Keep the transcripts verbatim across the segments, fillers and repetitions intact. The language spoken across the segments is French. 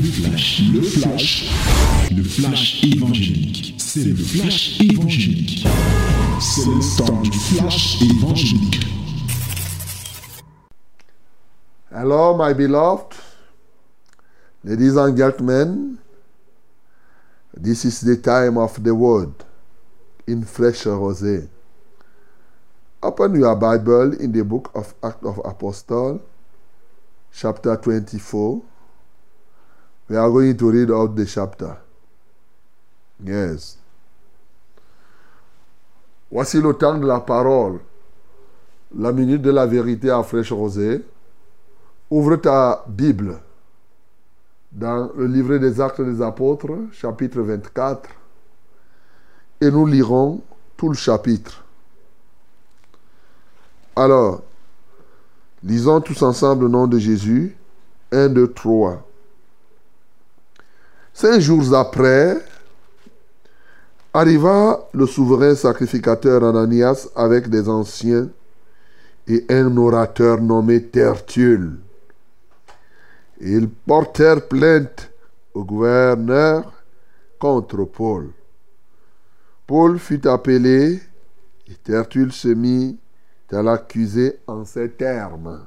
flash, le flash, le flash évangélique. C'est le flash évangélique. C'est le temps du flash évangélique. Hello, my beloved, ladies and gentlemen. This is the time of the word in Fresh Rosé. Open your Bible in the book of Acts of Apostles, chapter twenty-four. We are going to read out the chapter. Yes. Voici le temps de la parole, la minute de la vérité à Fresh Rosé. Ouvre ta Bible dans le livret des Actes des Apôtres, chapitre vingt-quatre, et nous lirons tout le chapitre. Alors, lisons tous ensemble le nom de Jésus. Un, deux, trois. Cinq jours après, arriva le souverain sacrificateur Ananias avec des anciens et un orateur nommé Tertulle. Et ils portèrent plainte au gouverneur contre Paul. Paul fut appelé et Tertulle se mit à l'accuser en ces termes.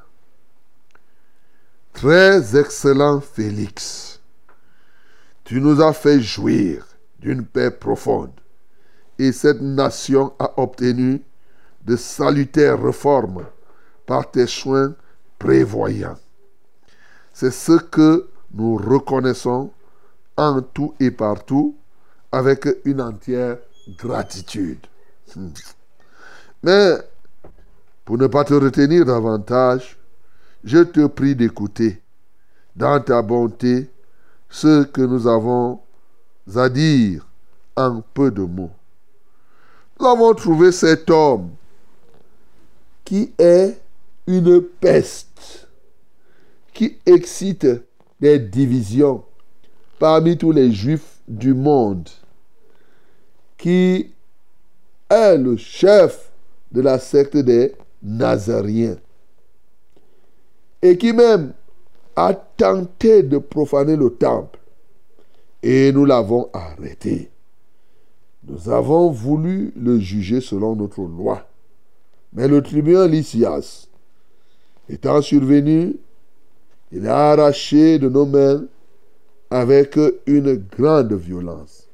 Très excellent Félix, tu nous as fait jouir d'une paix profonde, et cette nation a obtenu de salutaires réformes par tes soins prévoyants. C'est ce que nous reconnaissons en tout et partout avec une entière gratitude. Mais pour ne pas te retenir davantage, je te prie d'écouter dans ta bonté ce que nous avons à dire en peu de mots. Nous avons trouvé cet homme qui est une peste, qui excite des divisions parmi tous les Juifs du monde, qui est le chef de la secte des Nazaréens, et qui même a tenté de profaner le temple, et nous l'avons arrêté. Nous avons voulu le juger selon notre loi, mais le tribunal Lysias étant survenu, il a arraché de nos mains avec une grande violence.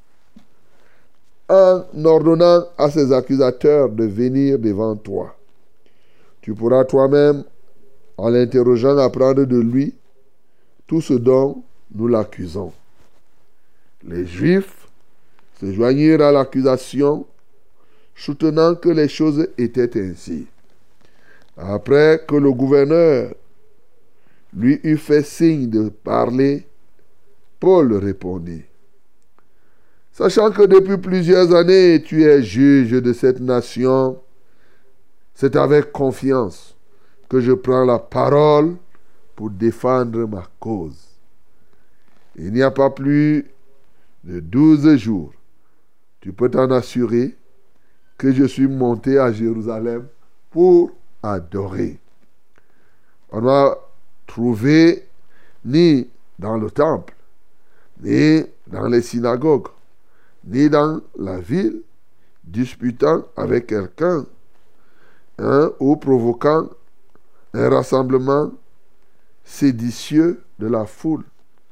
En ordonnant à ses accusateurs de venir devant toi, tu pourras toi-même, en l'interrogeant, apprendre de lui tout ce dont nous l'accusons. Les Juifs se joignirent à l'accusation, soutenant que les choses étaient ainsi. Après que le gouverneur lui eut fait signe de parler, Paul répondit: sachant que depuis plusieurs années tu es juge de cette nation, c'est avec confiance que je prends la parole pour défendre ma cause. Il n'y a pas plus de douze jours, tu peux t'en assurer que je suis monté à Jérusalem pour adorer. On m'a trouvé ni dans le temple, ni dans les synagogues, ni dans la ville, disputant avec quelqu'un, hein, ou provoquant un rassemblement séditieux de la foule.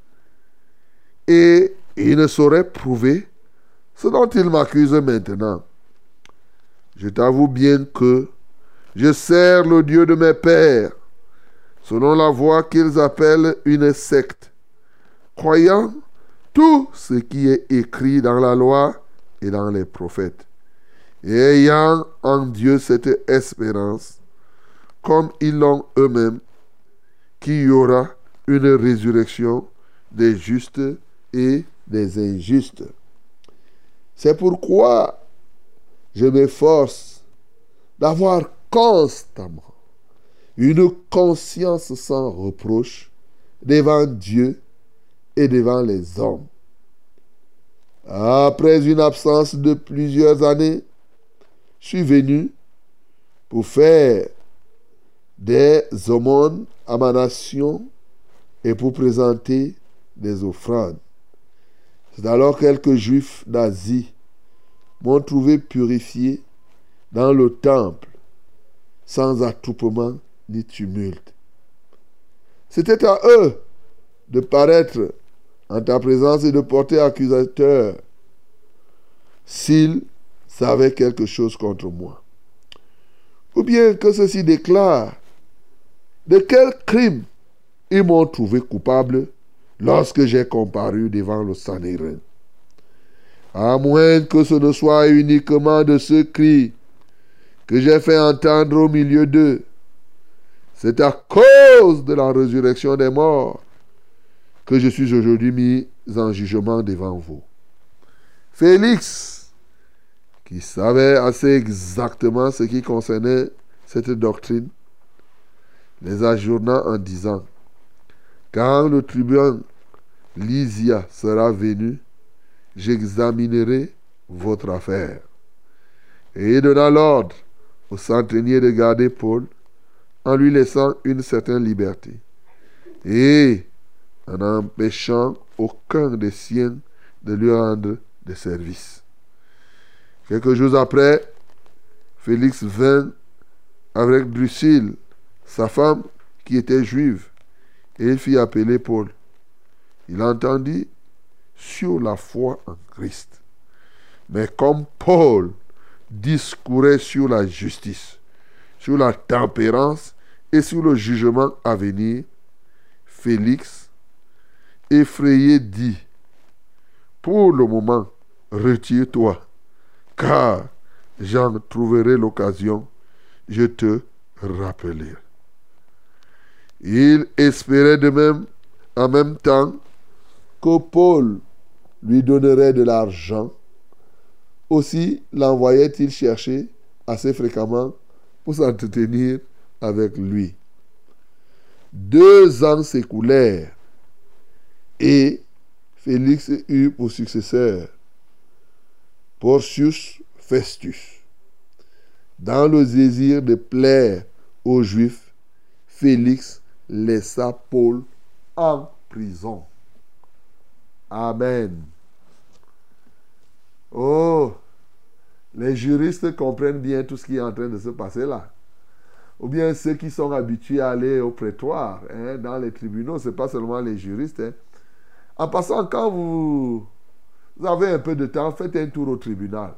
Et il ne saurait prouver ce dont il m'accuse maintenant. Je t'avoue bien que je sers le Dieu de mes pères, selon la voie qu'ils appellent une secte, croyant tout ce qui est écrit dans la loi et dans les prophètes, et ayant en Dieu cette espérance, comme ils l'ont eux-mêmes, qu'il y aura une résurrection des justes et des injustes. C'est pourquoi je m'efforce d'avoir constamment une conscience sans reproche devant Dieu et devant les hommes. Après une absence de plusieurs années, je suis venu pour faire des aumônes à ma nation et pour présenter des offrandes. C'est alors quelques Juifs d'Asie m'ont trouvé purifié dans le temple, sans attroupement ni tumulte. C'était à eux de paraître en ta présence et de porter accusateur s'ils savaient quelque chose contre moi. Ou bien que ceux-ci déclarent de quel crime ils m'ont trouvé coupable lorsque j'ai comparu devant le Sanhédrin. À moins que ce ne soit uniquement de ce cri que j'ai fait entendre au milieu d'eux. C'est à cause de la résurrection des morts que je suis aujourd'hui mis en jugement devant vous. Félix, qui savait assez exactement ce qui concernait cette doctrine, les ajourna en disant: quand le tribun Lysia sera venu, j'examinerai votre affaire. Et il donna l'ordre au centenier de garder Paul en lui laissant une certaine liberté et en n'empêchant aucun des siens de lui rendre des services. Quelques jours après, Félix vint avec Drusille, sa femme qui était juive, et il fit appeler Paul. Il entendit sur la foi en Christ. Mais comme Paul discourait sur la justice, sur la tempérance et sur le jugement à venir, Félix, effrayé, dit: pour le moment, retire-toi, car j'en trouverai l'occasion, je te rappellerai. Il espérait de même, en même temps, que Paul lui donnerait de l'argent. Aussi l'envoyait-il chercher assez fréquemment pour s'entretenir avec lui. Deux ans s'écoulèrent et Félix eut pour successeur Porcius Festus. Dans le désir de plaire aux Juifs, Félix laissa Paul en prison. Amen. Oh, les juristes comprennent bien tout ce qui est en train de se passer là. Ou bien ceux qui sont habitués à aller au prétoire, hein, dans les tribunaux, ce n'est pas seulement les juristes. Hein. En passant, quand vous, vous avez un peu de temps, faites un tour au tribunal.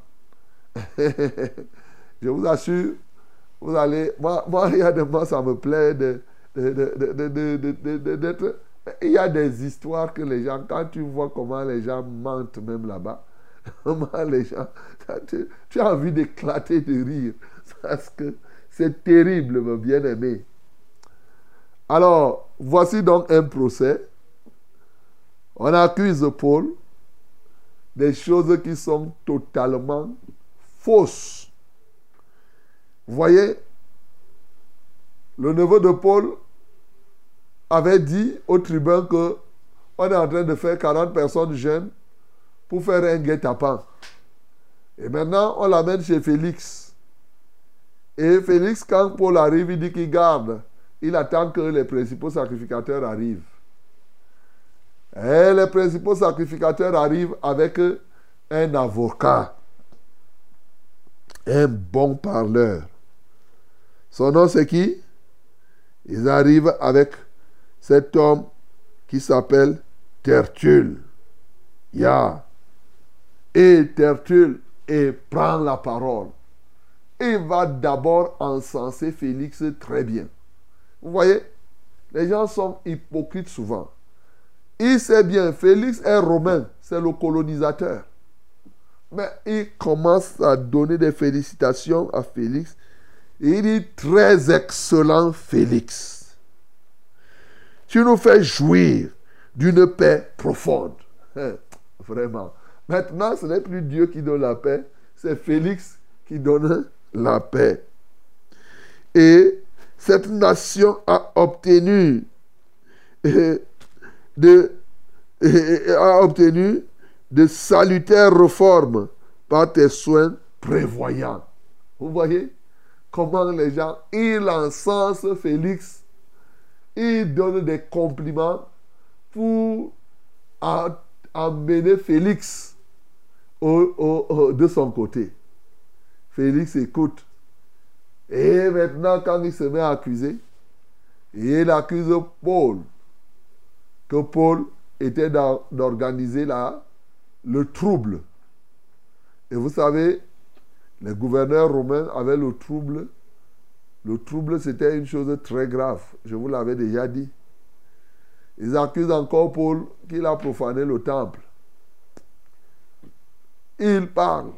Je vous assure, vous allez... Moi, moi réellement, ça me plaît de, de, de, de, de, de, de, de, d'être... Il y a des histoires que les gens, quand tu vois comment les gens mentent même là-bas, comment les gens... Tu, tu as envie d'éclater de rire. Parce que c'est terrible, mon bien-aimé. Alors, voici donc un procès. On accuse Paul des choses qui sont totalement fausses. Vous voyez, le neveu de Paul avait dit au tribun que on est en train de faire quarante personnes jeunes pour faire un guet-apens. Et maintenant, on l'amène chez Félix. Et Félix, quand Paul arrive, il dit qu'il garde. Il attend que les principaux sacrificateurs arrivent. Et les principaux sacrificateurs arrivent avec un avocat. Un bon parleur. Son nom, c'est qui? Ils arrivent avec cet homme qui s'appelle Tertulle. Ya. Et Tertulle et prend la parole. Il va d'abord encenser Félix très bien. Vous voyez, les gens sont hypocrites souvent. Il sait bien, Félix est romain, c'est le colonisateur. Mais il commence à donner des félicitations à Félix. Et il dit, très excellent Félix. Tu nous fais jouir d'une paix profonde. Vraiment. Maintenant, ce n'est plus Dieu qui donne la paix, c'est Félix qui donne la paix. Et cette nation a obtenu de, de, a obtenu de salutaires réformes par tes soins prévoyants. Vous voyez comment les gens, ils encensent Félix, ils donnent des compliments pour a emmené Félix au, au, au, de son côté. Félix écoute. Et maintenant, quand il se met à accuser, il accuse Paul, que Paul était d'organiser la, le trouble. Et vous savez, les gouverneurs romains avaient le trouble. Le trouble, c'était une chose très grave. Je vous l'avais déjà dit. Ils accusent encore Paul qu'il a profané le temple. Il parle.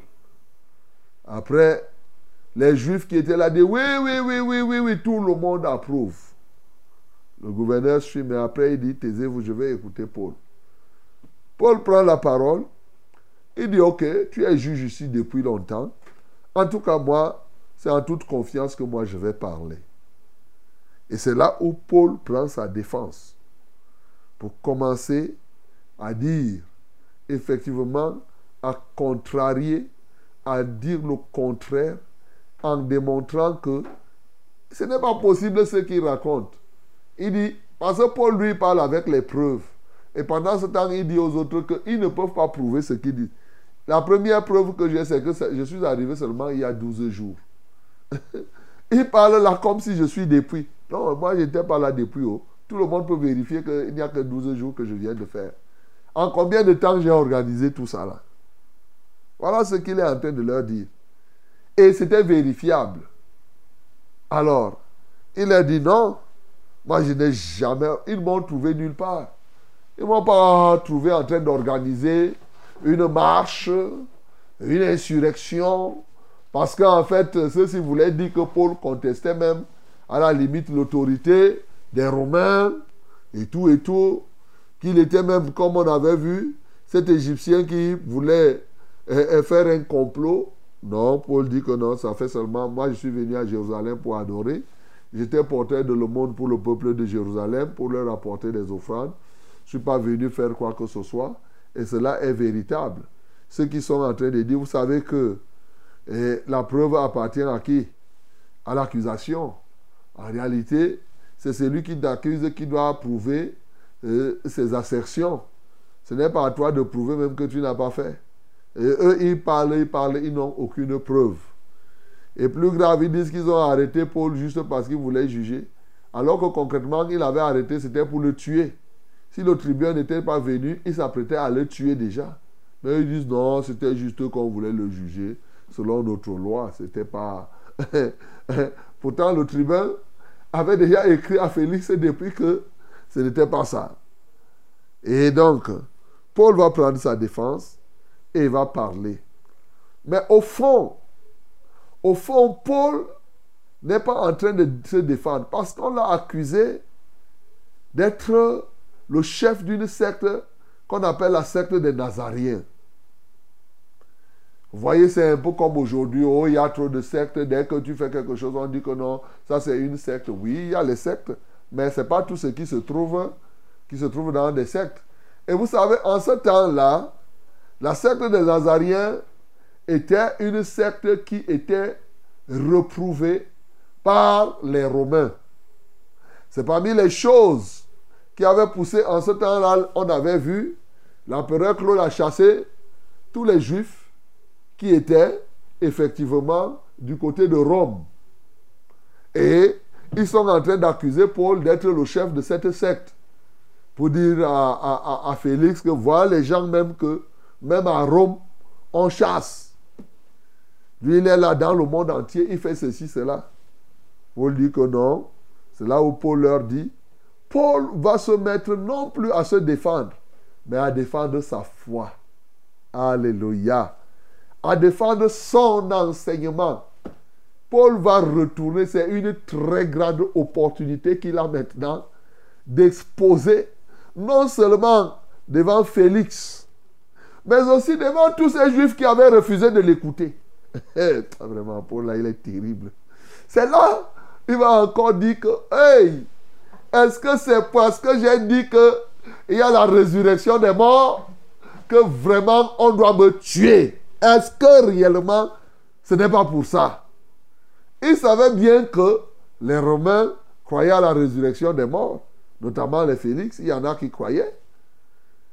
Après, les Juifs qui étaient là disent oui, oui, oui, oui, oui, oui, tout le monde approuve. Le gouverneur suit, mais après il dit taisez-vous, je vais écouter Paul. Paul prend la parole. Il dit ok, tu es juge ici depuis longtemps. En tout cas, moi, c'est en toute confiance que moi je vais parler. Et c'est là où Paul prend sa défense. Pour commencer à dire, effectivement, à contrarier, à dire le contraire, en démontrant que ce n'est pas possible ce qu'il raconte. Il dit, parce que Paul lui parle avec les preuves. Et pendant ce temps, il dit aux autres qu'ils ne peuvent pas prouver ce qu'il dit. La première preuve que j'ai, c'est que je suis arrivé seulement il y a douze jours. Il parle là comme si je suis depuis. Non, moi, je n'étais pas là depuis. Oh. Tout le monde peut vérifier qu'il n'y a que douze jours que je viens de faire. En combien de temps j'ai organisé tout ça là? Voilà ce qu'il est en train de leur dire. Et c'était vérifiable. Alors, il a dit non. Moi, je n'ai jamais... Ils m'ont trouvé nulle part. Ils ne m'ont pas trouvé en train d'organiser une marche, une insurrection. Parce qu'en fait, ceux-ci voulaient dire que Paul contestait même, à la limite, l'autorité des Romains et tout et tout. Qu'il était même, comme on avait vu, cet Égyptien qui voulait euh, faire un complot. Non, Paul dit que non, ça fait seulement... Moi, je suis venu à Jérusalem pour adorer. J'étais porteur de le monde pour le peuple de Jérusalem, pour leur apporter des offrandes. Je ne suis pas venu faire quoi que ce soit. Et cela est véritable. Ceux qui sont en train de dire, vous savez que eh, la preuve appartient à qui? À l'accusation. En réalité, c'est celui qui t'accuse qui doit prouver eh, ses assertions. Ce n'est pas à toi de prouver même que tu n'as pas fait. Et eux, ils parlent, ils parlent, ils n'ont aucune preuve. Et plus grave, ils disent qu'ils ont arrêté Paul juste parce qu'ils voulaient juger. Alors que concrètement, ils l'avaient arrêté, c'était pour le tuer. Si le tribunal n'était pas venu, ils s'apprêtaient à le tuer déjà. Mais ils disent non, c'était juste qu'on voulait le juger. Selon notre loi, c'était pas... Pourtant, le tribunal avait déjà écrit à Félix depuis que ce n'était pas ça. Et donc, Paul va prendre sa défense et il va parler. Mais au fond, Au fond, Paul n'est pas en train de se défendre parce qu'on l'a accusé d'être le chef d'une secte qu'on appelle la secte des Nazaréens. Vous voyez, c'est un peu comme aujourd'hui, oh, il y a trop de sectes, dès que tu fais quelque chose, on dit que non, ça c'est une secte. Oui, il y a les sectes, mais ce n'est pas tout ce qui se trouve, qui se trouve dans des sectes. Et vous savez, en ce temps-là, la secte des Nazaréens était une secte qui était reprouvée par les Romains. C'est parmi les choses qui avaient poussé en ce temps-là, on avait vu, l'empereur Claude a chassé tous les Juifs qui étaient effectivement du côté de Rome. Et ils sont en train d'accuser Paul d'être le chef de cette secte. Pour dire à, à, à Félix que voilà les gens même que, même à Rome, on chasse. Lui, il est là dans le monde entier, il fait ceci, cela. Paul dit que non. C'est là où Paul leur dit, Paul va se mettre non plus à se défendre, mais à défendre sa foi. Alléluia. À défendre son enseignement. Paul va retourner, c'est une très grande opportunité qu'il a maintenant d'exposer, non seulement devant Félix, mais aussi devant tous ces Juifs qui avaient refusé de l'écouter. Vraiment, Paul, là, il est terrible. C'est là, il va encore dire que, hey, est-ce que c'est parce que j'ai dit qu'il y a la résurrection des morts que vraiment on doit me tuer? Est-ce que réellement ce n'est pas pour ça? Il savait bien que les Romains croyaient à la résurrection des morts, notamment les Félix, il y en a qui croyaient.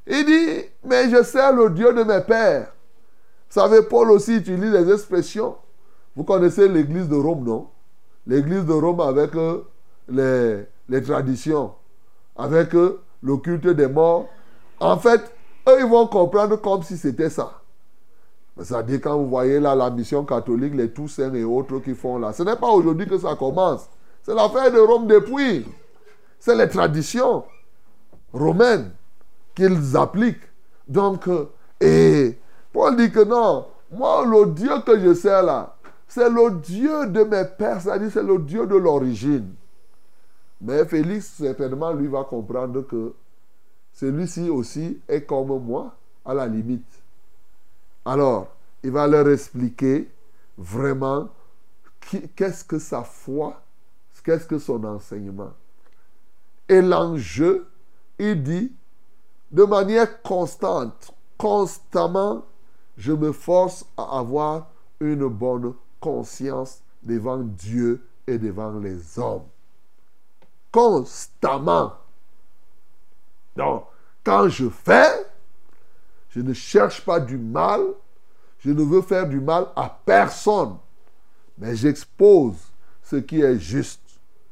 Il dit, mais je sers le Dieu de mes pères. Vous savez, Paul aussi utilise des expressions. Vous connaissez l'église de Rome, non? L'église de Rome avec euh, les, les traditions, avec euh, le culte des morts. En fait, eux, ils vont comprendre comme si c'était ça. C'est-à-dire, quand vous voyez là la mission catholique, les Toussaints et autres qui font là, ce n'est pas aujourd'hui que ça commence. C'est l'affaire de Rome depuis. C'est les traditions romaines qu'ils appliquent. Donc, euh, et Paul dit que non, moi, le Dieu que je sers là, c'est le Dieu de mes pères, c'est-à-dire c'est le Dieu de l'origine. Mais Félix, certainement, lui va comprendre que celui-ci aussi est comme moi, à la limite. Alors, il va leur expliquer vraiment qui, qu'est-ce que sa foi, qu'est-ce que son enseignement. Et l'enjeu, il dit, de manière constante, constamment, je me force à avoir une bonne conscience devant Dieu et devant les hommes. Constamment. Donc, quand je fais, je ne cherche pas du mal, je ne veux faire du mal à personne, mais j'expose ce qui est juste.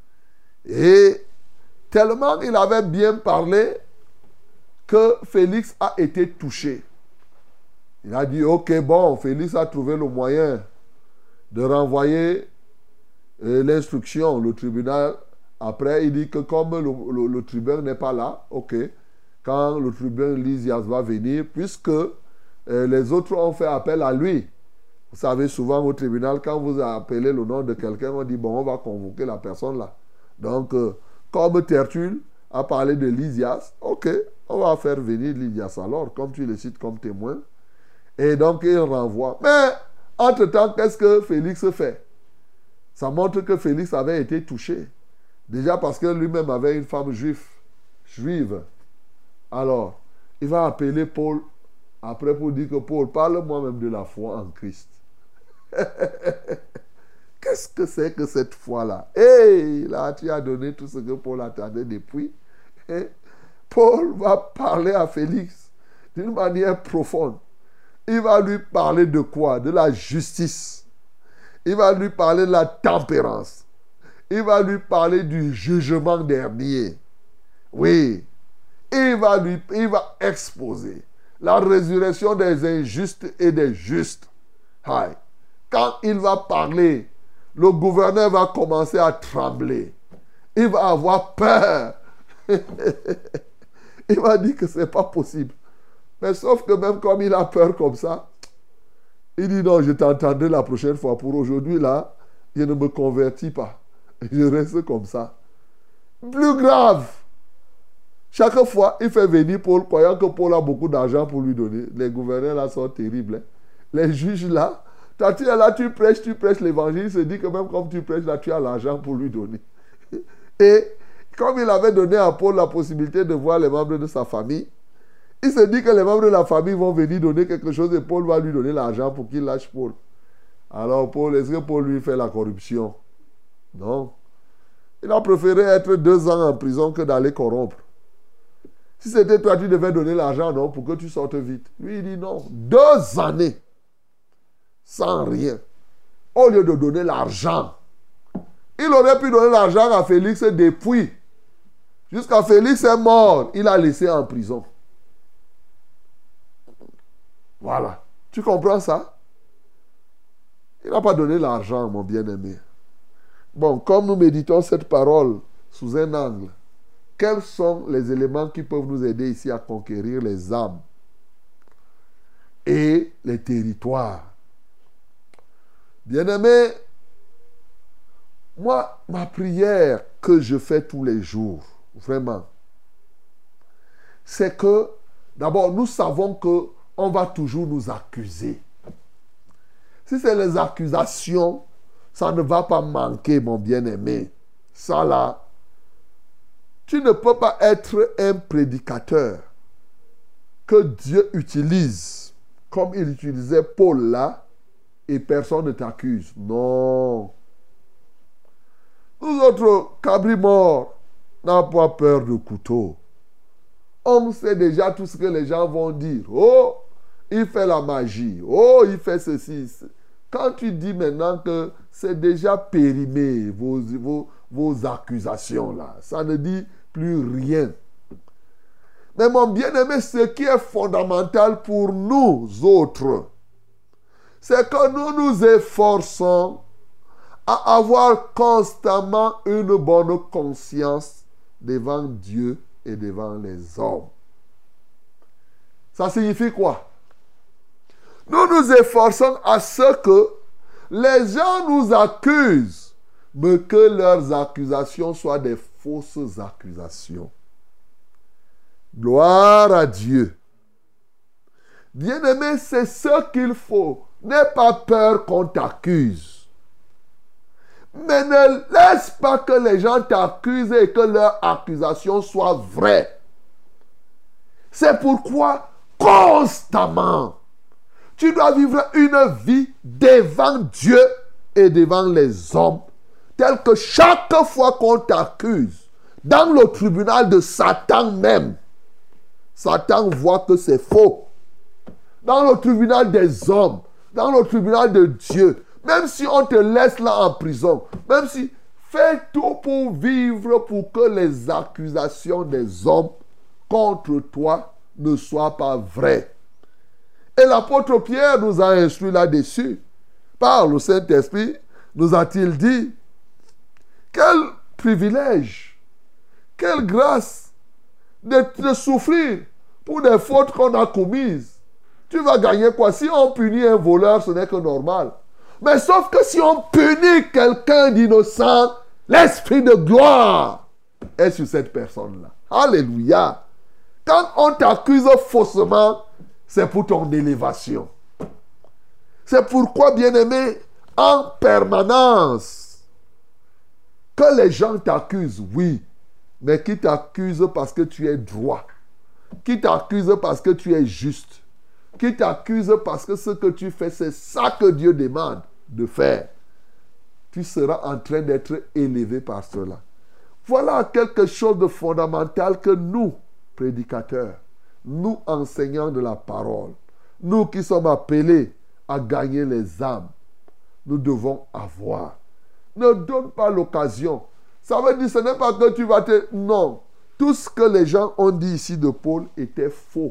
Et tellement il avait bien parlé que Félix a été touché. Il a dit, ok, bon, Félix a trouvé le moyen de renvoyer euh, l'instruction, le tribunal. Après, il dit que comme le, le, le tribunal n'est pas là, ok, quand le tribunal Lysias va venir, puisque euh, les autres ont fait appel à lui. Vous savez, souvent au tribunal, quand vous appelez le nom de quelqu'un, on dit, bon, on va convoquer la personne là. Donc, euh, comme Tertulle a parlé de Lysias, ok, on va faire venir Lysias alors, comme tu le cites comme témoin. Et donc, il renvoie. Mais, entre-temps, qu'est-ce que Félix fait? Ça montre que Félix avait été touché. Déjà parce que lui-même avait une femme juive. juive. Alors, il va appeler Paul après pour dire que Paul, parle-moi même de la foi en Christ. Qu'est-ce que c'est que cette foi-là? Hé, hey, là, tu as donné tout ce que Paul attendait depuis. Et Paul va parler à Félix d'une manière profonde. Il va lui parler de quoi? De la justice. Il va lui parler de la tempérance. Il va lui parler du jugement dernier. Oui. Il va, lui, il va exposer la résurrection des injustes et des justes. Aïe. Quand il va parler, le gouverneur va commencer à trembler. Il va avoir peur. Il va dire que ce n'est pas possible. Mais sauf que même comme il a peur comme ça, il dit non, je t'entendrai la prochaine fois. Pour aujourd'hui, là, je ne me convertis pas. Je reste comme ça. Plus grave. Chaque fois, il fait venir Paul, croyant que Paul a beaucoup d'argent pour lui donner. Les gouverneurs là sont terribles. Hein? Les juges là, toi, tu es là, tu prêches, tu prêches l'évangile. Il se dit que même comme tu prêches là, tu as l'argent pour lui donner. Et comme il avait donné à Paul la possibilité de voir les membres de sa famille, il se dit que les membres de la famille vont venir donner quelque chose et Paul va lui donner l'argent pour qu'il lâche Paul. Alors Paul, est-ce que Paul lui fait la corruption? Non. Il a préféré être deux ans en prison que d'aller corrompre. Si c'était toi, tu devais donner l'argent, non, pour que tu sortes vite. Lui, il dit non. Deux années sans rien. Au lieu de donner l'argent. Il aurait pu donner l'argent à Félix depuis. Jusqu'à Félix est mort. Il a laissé en prison. Voilà. Tu comprends ça? Il n'a pas donné l'argent, mon bien-aimé. Bon, comme nous méditons cette parole sous un angle, quels sont les éléments qui peuvent nous aider ici à conquérir les âmes et les territoires? Bien-aimé, moi, ma prière que je fais tous les jours, vraiment, c'est que, d'abord, nous savons que on va toujours nous accuser. Si c'est les accusations, ça ne va pas manquer, mon bien-aimé. Ça là, tu ne peux pas être un prédicateur que Dieu utilise comme il utilisait Paul là et personne ne t'accuse. Non. Nous autres, cabris morts, n'avons pas peur de couteau. on sait déjà tout ce que les gens vont dire. Oh, il fait la magie. Oh, il fait ceci. Quand tu dis maintenant que c'est déjà périmé, vos, vos, vos accusations là, ça ne dit plus rien. Mais mon bien-aimé, ce qui est fondamental pour nous autres, c'est que nous nous efforçons à avoir constamment une bonne conscience devant Dieu et devant les hommes. Ça signifie quoi? Nous nous efforçons à ce que les gens nous accusent, mais que leurs accusations soient des fausses accusations. Gloire à Dieu. Bien-aimé, c'est ce qu'il faut. N'aie pas peur qu'on t'accuse. Mais ne laisse pas que les gens t'accusent et que leurs accusations soient vraies. C'est pourquoi, constamment, tu dois vivre une vie devant Dieu et devant les hommes, telle que chaque fois qu'on t'accuse, dans le tribunal de Satan même, Satan voit que c'est faux. Dans le tribunal des hommes, dans le tribunal de Dieu, même si on te laisse là en prison, même si fais tout pour vivre pour que les accusations des hommes contre toi ne soient pas vraies. Et l'apôtre Pierre nous a instruit là-dessus. Par le Saint-Esprit, nous a-t-il dit, quel privilège, quelle grâce de, de souffrir pour des fautes qu'on a commises. Tu vas gagner quoi? Si on punit un voleur, ce n'est que normal. Mais sauf que si on punit quelqu'un d'innocent, l'esprit de gloire est sur cette personne-là. Alléluia. Quand on t'accuse faussement, c'est pour ton élévation. C'est pourquoi, bien-aimé, en permanence, que les gens t'accusent, oui, mais qui t'accusent parce que tu es droit, qui t'accusent parce que tu es juste, qui t'accusent parce que ce que tu fais, c'est ça que Dieu demande de faire. Tu seras en train d'être élevé par cela. Voilà quelque chose de fondamental que nous, prédicateurs, nous enseignants de la parole, nous qui sommes appelés à gagner les âmes, nous devons avoir. Ne donne pas l'occasion. Ça veut dire, ce n'est pas que tu vas te... Non. Tout ce que les gens ont dit ici de Paul était faux.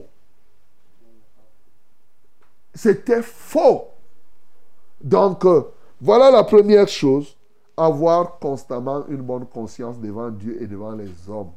C'était faux. Donc, euh, voilà la première chose. Avoir constamment une bonne conscience devant Dieu et devant les hommes.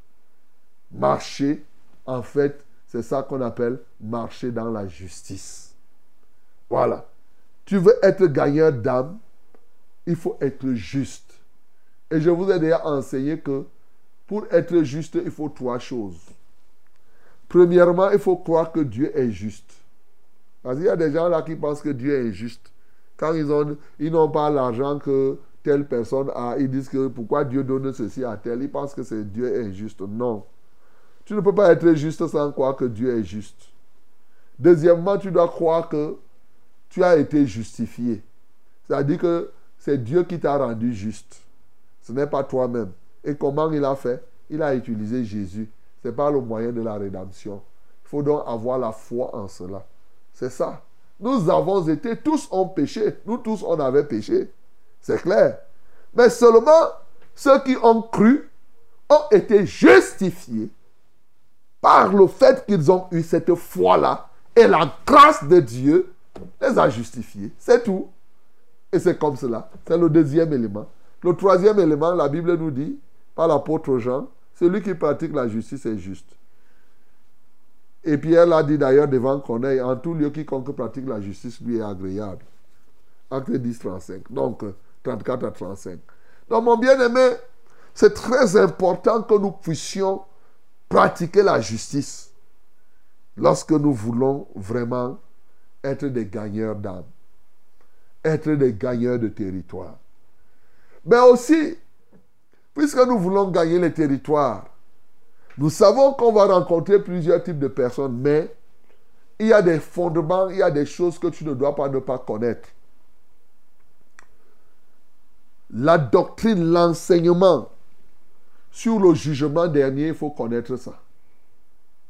Marcher, en fait, c'est ça qu'on appelle marcher dans la justice. Voilà. Tu veux être gagneur d'âme, il faut être juste. Et je vous ai déjà enseigné que pour être juste, il faut trois choses. Premièrement, il faut croire que Dieu est juste. Parce qu'il y a des gens là qui pensent que Dieu est injuste. Quand ils ont, ils n'ont pas l'argent que telle personne a, ils disent que pourquoi Dieu donne ceci à tel. Ils pensent que c'est Dieu est injuste. Non. Tu ne peux pas être juste sans croire que Dieu est juste. Deuxièmement, tu dois croire que tu as été justifié. C'est-à-dire que c'est Dieu qui t'a rendu juste. Ce n'est pas toi-même. Et comment il a fait? Il a utilisé Jésus. C'est par le moyen de la rédemption. Il faut donc avoir la foi en cela. C'est ça. Nous avons été, tous ont péché. Nous tous, on avait péché. C'est clair. Mais seulement ceux qui ont cru ont été justifiés par le fait qu'ils ont eu cette foi-là. Et la grâce de Dieu les a justifiés. C'est tout. Et c'est comme cela. C'est le deuxième élément. Le troisième élément, la Bible nous dit, par l'apôtre Jean, celui qui pratique la justice est juste. Et Pierre l'a dit d'ailleurs devant Corneille, en tout lieu, quiconque pratique la justice lui est agréable. Acte dix, trente-cinq. Donc, trente-quatre à trente-cinq. Donc, mon bien-aimé, c'est très important que nous puissions pratiquer la justice lorsque nous voulons vraiment être des gagneurs d'âme, être des gagneurs de territoire. Mais aussi, puisque nous voulons gagner les territoires, nous savons qu'on va rencontrer plusieurs types de personnes, mais il y a des fondements, il y a des choses que tu ne dois pas ne pas connaître. La doctrine, l'enseignement sur le jugement dernier, il faut connaître ça.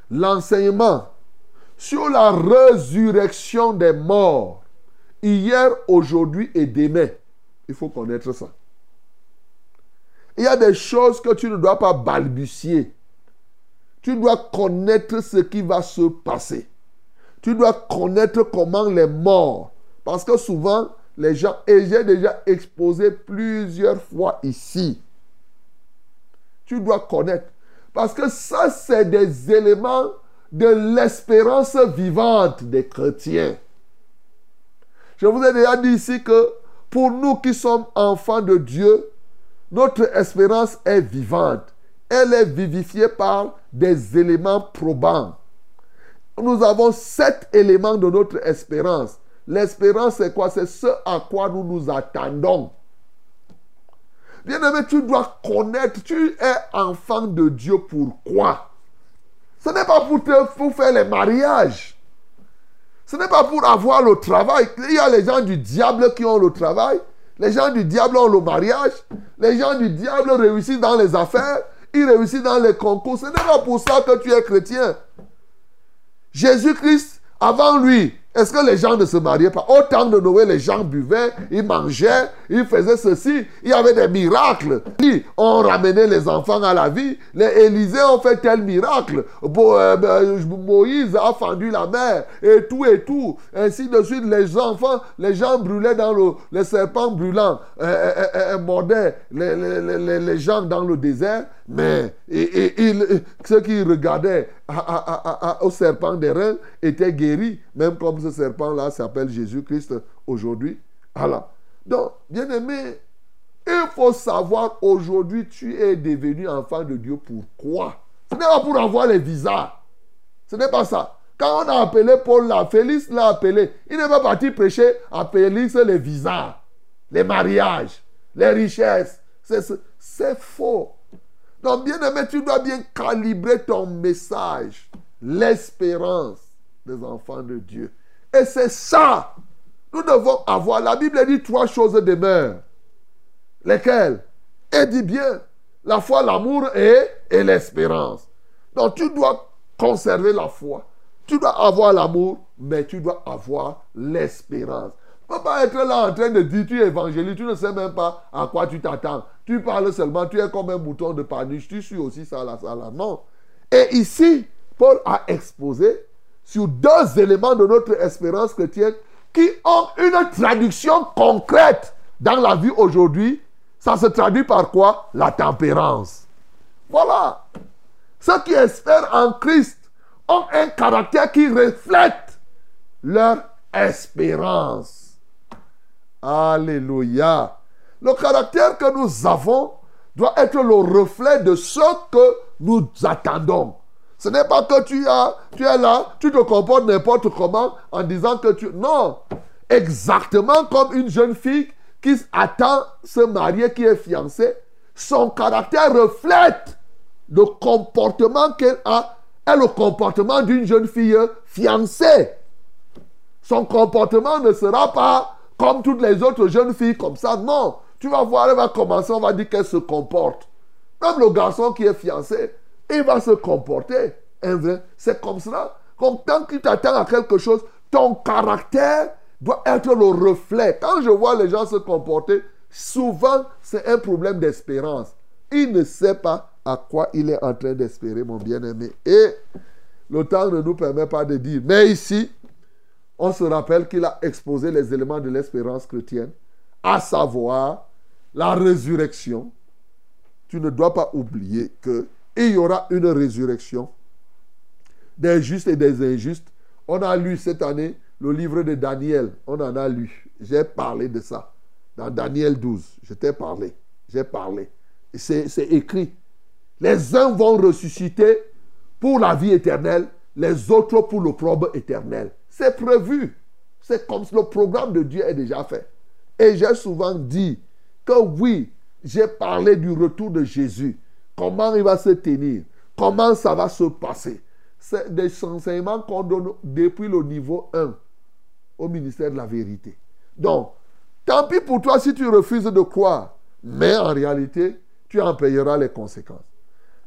l'enseignement sur la résurrection des morts, hier, aujourd'hui et demain. Il faut connaître ça. Il y a des choses que tu ne dois pas balbutier. Tu dois connaître ce qui va se passer. Tu dois connaître comment les morts. Parce que souvent, les gens, et j'ai déjà exposé plusieurs fois ici. Tu dois connaître. Parce que ça, c'est des éléments de l'espérance vivante des chrétiens. Je vous ai déjà dit ici que pour nous qui sommes enfants de Dieu, notre espérance est vivante. Elle est vivifiée par des éléments probants. Nous avons sept éléments de notre espérance. L'espérance, c'est quoi? C'est ce à quoi nous nous attendons. Bien-aimé, tu dois connaître, tu es enfant de Dieu. Pourquoi? Ce n'est pas pour, te, pour faire les mariages. Ce n'est pas pour avoir le travail. Il y a les gens du diable qui ont le travail. Les gens du diable ont le mariage. Les gens du diable réussissent dans les affaires. Ils réussissent dans les concours. Ce n'est pas pour ça que tu es chrétien. Jésus-Christ, avant lui, est-ce que les gens ne se mariaient pas? Au temps de Noé, les gens buvaient, ils mangeaient, ils faisaient ceci. Il y avait des miracles. Ils ont ramené les enfants à la vie. Les Élysées ont fait tel miracle. Moïse a fendu la mer et tout et tout. Ainsi de suite, les enfants, les gens brûlaient dans le... Les serpents brûlants euh, euh, euh, mordaient les, les, les, les gens dans le désert. Mais et, et, et, ceux qui regardaient à, à, à, à, au serpent des reins étaient guéris, même comme ce serpent-là s'appelle Jésus-Christ aujourd'hui. Voilà. Donc, bien-aimé, il faut savoir aujourd'hui, tu es devenu enfant de Dieu. Pourquoi? Ce n'est pas pour avoir les visas. Ce n'est pas ça. Quand on a appelé Paul là, Félix l'a appelé. Il n'est pas parti prêcher à Félix les visas, les mariages, les richesses. C'est, c'est faux. Donc, bien-aimé, tu dois bien calibrer ton message. L'espérance des enfants de Dieu. Et c'est ça. Nous devons avoir. La Bible dit trois choses demeurent. Lesquelles? Et dit bien. La foi, l'amour et, et l'espérance. Donc, tu dois conserver la foi. Tu dois avoir l'amour, mais tu dois avoir l'espérance. Tu ne peux pas être là en train de dire, tu es évangéliste, tu ne sais même pas à quoi tu t'attends. Tu parles seulement, tu es comme un mouton de paniche, tu suis aussi ça là, ça là. Non. Et ici, Paul a exposé sur deux éléments de notre espérance chrétienne qui ont une traduction concrète dans la vie aujourd'hui. Ça se traduit par quoi? La tempérance. Voilà. Ceux qui espèrent en Christ ont un caractère qui reflète leur espérance. Alléluia. Le caractère que nous avons doit être le reflet de ce que nous attendons. Ce n'est pas que tu, as, tu es là, tu te comportes n'importe comment en disant que tu... Non. Exactement comme une jeune fille qui attend se marier, qui est fiancée, son caractère reflète le comportement qu'elle a et le comportement d'une jeune fille fiancée. Son comportement ne sera pas comme toutes les autres jeunes filles comme ça. Non. Tu vas voir, elle va commencer, on va dire qu'elle se comporte. Même le garçon qui est fiancé, il va se comporter. C'est comme cela. Comme tant qu'il t'attend à quelque chose, ton caractère doit être le reflet. Quand je vois les gens se comporter, souvent, c'est un problème d'espérance. Il ne sait pas à quoi il est en train d'espérer, mon bien-aimé. Et le temps ne nous permet pas de dire. Mais ici, on se rappelle qu'il a exposé les éléments de l'espérance chrétienne, à savoir la résurrection. Tu ne dois pas oublier qu'il y aura une résurrection des justes et des injustes. On a lu cette année le livre de Daniel. On en a lu. J'ai parlé de ça. Dans Daniel douze, je t'ai parlé. J'ai parlé. C'est, c'est écrit. Les uns vont ressusciter pour la vie éternelle, les autres pour l'opprobre éternel. C'est prévu. C'est comme si le programme de Dieu est déjà fait. Et j'ai souvent dit que oui, j'ai parlé du retour de Jésus. Comment il va se tenir. Comment ça va se passer. C'est des enseignements qu'on donne depuis le niveau un au ministère de la vérité. Donc, tant pis pour toi si tu refuses de croire. Mais en réalité, tu en payeras les conséquences.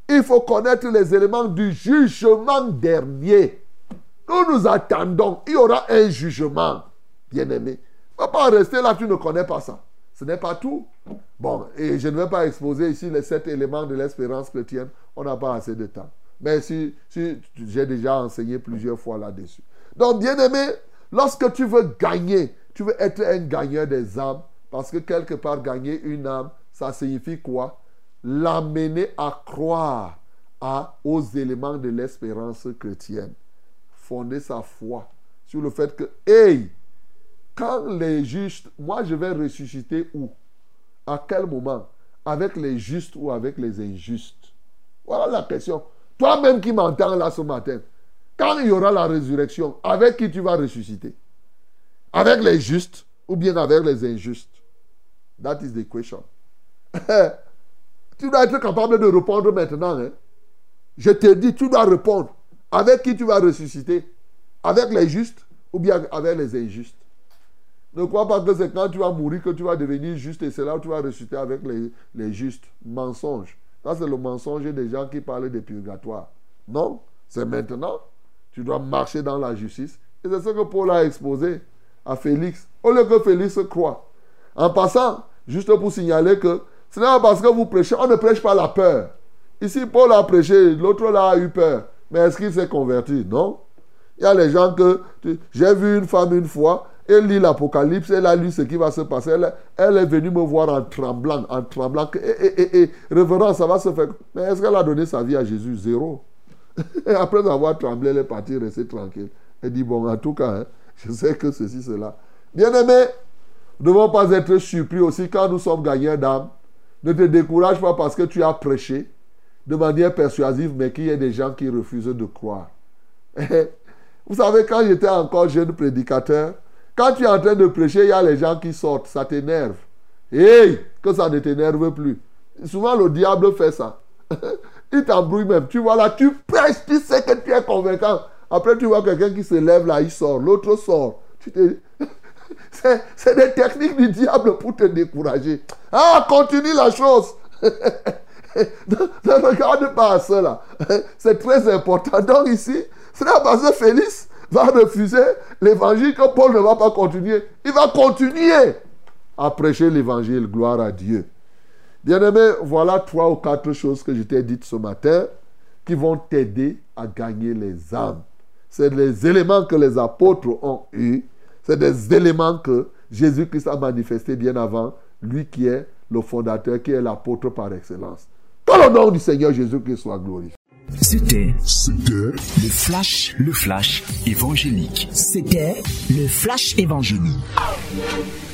Il faut connaître les éléments du jugement dernier. Nous nous attendons. Il y aura un jugement, bien-aimé. Il ne va pas rester là, tu ne connais pas ça. Ce n'est pas tout. Bon, et je ne vais pas exposer ici les sept éléments de l'espérance chrétienne. On n'a pas assez de temps. Mais si, si j'ai déjà enseigné plusieurs fois là-dessus. Donc, bien-aimé, lorsque tu veux gagner, tu veux être un gagneur des âmes, parce que quelque part, gagner une âme, ça signifie quoi? L'amener à croire à, aux éléments de l'espérance chrétienne. Fonder sa foi sur le fait que, hey, quand les justes, moi je vais ressusciter où? À quel moment? Avec les justes ou avec les injustes? Voilà la question. Toi-même qui m'entends là ce matin, quand il y aura la résurrection, avec qui tu vas ressusciter? Avec les justes ou bien avec les injustes? That is the question. Tu dois être capable de répondre maintenant. Hein? Je te dis, tu dois répondre. Avec qui tu vas ressusciter? Avec les justes ou bien avec les injustes? Ne crois pas que c'est quand tu vas mourir que tu vas devenir juste et c'est là où tu vas ressusciter avec les, les justes. Mensonge. Ça, c'est le mensonge des gens qui parlent de purgatoire. Non, c'est maintenant. Tu dois marcher dans la justice. Et c'est ce que Paul a exposé à Félix. Au lieu que Félix croit. En passant, juste pour signaler que ce n'est pas parce que vous prêchez, on ne prêche pas la peur. Ici, Paul a prêché, l'autre là a eu peur. Mais est-ce qu'il s'est converti? Non. Il y a les gens que... Tu, j'ai vu une femme une fois, elle lit l'Apocalypse, elle a lu ce qui va se passer. Elle, elle est venue me voir en tremblant, en tremblant. Et, et, et, et révérend, ça va se faire. Mais est-ce qu'elle a donné sa vie à Jésus? Zéro. Et après avoir tremblé, elle est partie rester tranquille. Elle dit, bon, en tout cas, hein, je sais que ceci, cela. Bien-aimés, nous ne devons pas être surpris aussi quand nous sommes gagnants d'âme. Ne te décourage pas parce que tu as prêché de manière persuasive, mais qu'il y ait des gens qui refusent de croire. Vous savez, quand j'étais encore jeune prédicateur, quand tu es en train de prêcher, il y a les gens qui sortent, ça t'énerve. Hey, que ça ne t'énerve plus. Souvent, le diable fait ça. Il t'embrouille même. Tu vois là, tu prêches, tu sais que tu es convaincant. Après, tu vois quelqu'un qui se lève là, il sort. L'autre sort. Tu te... c'est, c'est des techniques du diable pour te décourager. Ah, continue la chose. ne, ne regarde pas à cela. C'est très important. Donc ici, ce n'est pas parce que Félix va refuser l'évangile que Paul ne va pas continuer. Il va continuer à prêcher l'évangile. Gloire à Dieu. Bien-aimé, voilà trois ou quatre choses que je t'ai dites ce matin qui vont t'aider à gagner les âmes. C'est les éléments que les apôtres ont eus. C'est des éléments que Jésus-Christ a manifestés bien avant, lui qui est le fondateur, qui est l'apôtre par excellence. Que le nom du Seigneur Jésus-Christ soit glorifié. C'était, C'était le flash, le flash évangélique. C'était le flash évangélique.